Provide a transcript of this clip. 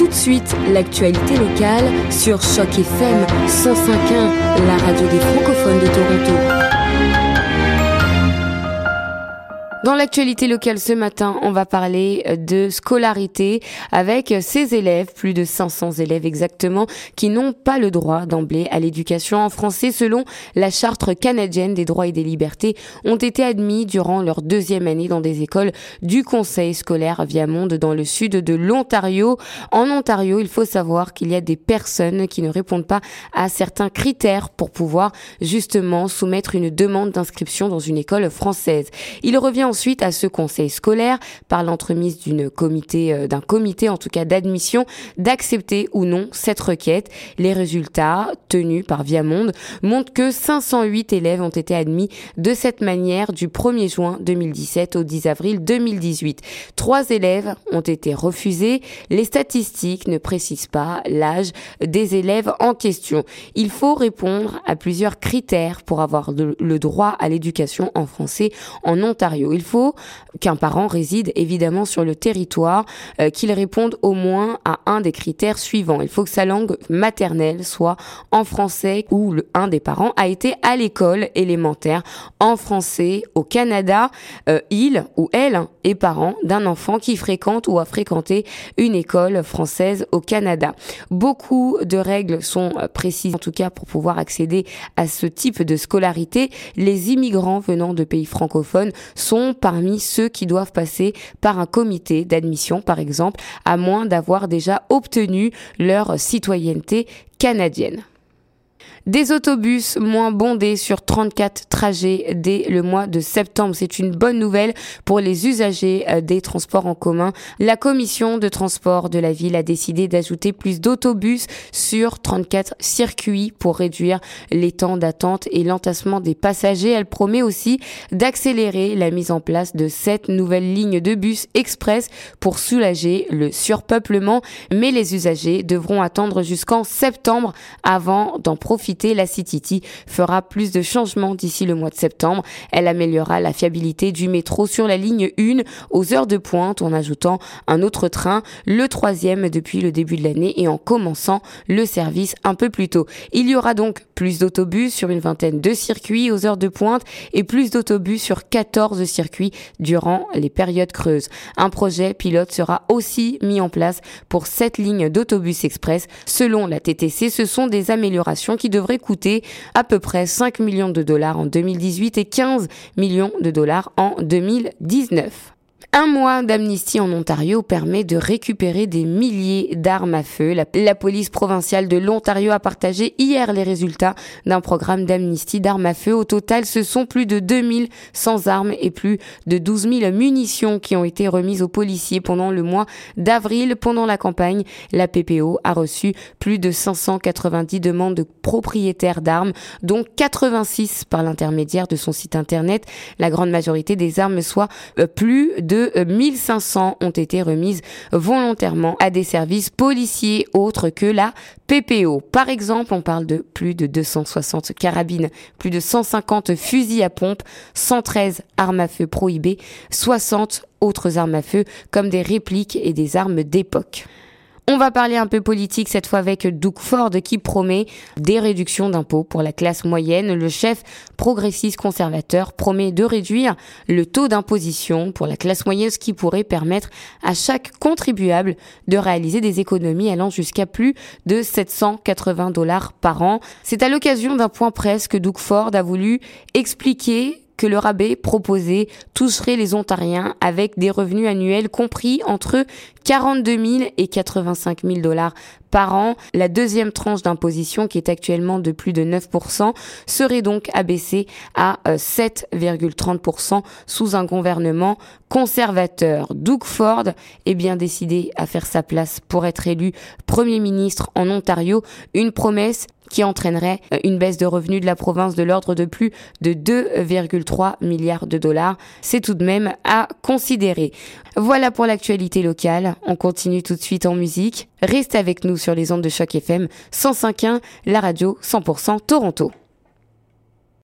de suite l'actualité locale sur Choc FM 105.1, la radio des francophones de Toronto. Dans l'actualité locale ce matin, on va parler de scolarité avec ces élèves, plus de 500 élèves exactement, qui n'ont pas le droit d'emblée à l'éducation en français selon la Charte canadienne des droits et des libertés, ont été admis durant leur deuxième année dans des écoles du Conseil scolaire Viamonde dans le sud de l'Ontario. En Ontario, il faut savoir qu'il y a des personnes qui ne répondent pas à certains critères pour pouvoir justement soumettre une demande d'inscription dans une école française. Il revient ensuite à ce conseil scolaire, par l'entremise d'un comité en tout cas d'admission, d'accepter ou non cette requête. Les résultats tenus par Viamonde montrent que 508 élèves ont été admis de cette manière du 1er juin 2017 au 10 avril 2018. 3 élèves ont été refusés. Les statistiques ne précisent pas l'âge des élèves en question. Il faut répondre à plusieurs critères pour avoir le droit à l'éducation en français en Ontario. Il faut qu'un parent réside évidemment sur le territoire, qu'il réponde au moins à un des critères suivants. Il faut que sa langue maternelle soit en français ou un des parents a été à l'école élémentaire en français au Canada. Il ou elle est parent d'un enfant qui fréquente ou a fréquenté une école française au Canada. Beaucoup de règles sont précises, en tout cas pour pouvoir accéder à ce type de scolarité. Les immigrants venant de pays francophones sont parmi ceux qui doivent passer par un comité d'admission, par exemple, à moins d'avoir déjà obtenu leur citoyenneté canadienne. Des autobus moins bondés sur 34 trajets dès le mois de septembre. C'est une bonne nouvelle pour les usagers des transports en commun. La commission de transport de la ville a décidé d'ajouter plus d'autobus sur 34 circuits pour réduire les temps d'attente et l'entassement des passagers. Elle promet aussi d'accélérer la mise en place de 7 nouvelles lignes de bus express pour soulager le surpeuplement. Mais les usagers devront attendre jusqu'en septembre avant d'en profiter. La CTT fera plus de changements d'ici le mois de septembre. Elle améliorera la fiabilité du métro sur la ligne 1 aux heures de pointe en ajoutant un autre train, le 3e depuis le début de l'année et en commençant le service un peu plus tôt. Il y aura donc plus d'autobus sur une vingtaine de circuits aux heures de pointe et plus d'autobus sur 14 circuits durant les périodes creuses. Un projet pilote sera aussi mis en place pour 7 lignes d'autobus express. Selon la TTC, ce sont des améliorations qui devrait coûter à peu près 5 millions de dollars en 2018 et 15 millions de dollars en 2019. Un mois d'amnistie en Ontario permet de récupérer des milliers d'armes à feu. La police provinciale de l'Ontario a partagé hier les résultats d'un programme d'amnistie d'armes à feu. Au total, ce sont plus de 2100 armes et plus de 12 000 munitions qui ont été remises aux policiers pendant le mois d'avril. Pendant la campagne, la PPO a reçu plus de 590 demandes de propriétaires d'armes, dont 86 par l'intermédiaire de son site internet. La grande majorité des armes, soit plus de 1500 ont été remises volontairement à des services policiers autres que la PPO. Par exemple, on parle de plus de 260 carabines, plus de 150 fusils à pompe, 113 armes à feu prohibées, 60 autres armes à feu comme des répliques et des armes d'époque. On va parler un peu politique cette fois avec Doug Ford qui promet des réductions d'impôts pour la classe moyenne. Le chef progressiste conservateur promet de réduire le taux d'imposition pour la classe moyenne, ce qui pourrait permettre à chaque contribuable de réaliser des économies allant jusqu'à plus de 780 $ par an. C'est à l'occasion d'un point presse que Doug Ford a voulu expliquer que le rabais proposé toucherait les Ontariens avec des revenus annuels compris entre 42 000 et 85 000 $ par an. La deuxième tranche d'imposition, qui est actuellement de plus de 9%, serait donc abaissée à 7,30% sous un gouvernement conservateur. Doug Ford est bien décidé à faire sa place pour être élu Premier ministre en Ontario, une promesse qui entraînerait une baisse de revenus de la province de l'ordre de plus de 2,3 milliards de $. C'est tout de même à considérer. Voilà pour l'actualité locale. On continue tout de suite en musique. Restez avec nous sur les ondes de Choc FM 105.1, la radio 100% Toronto.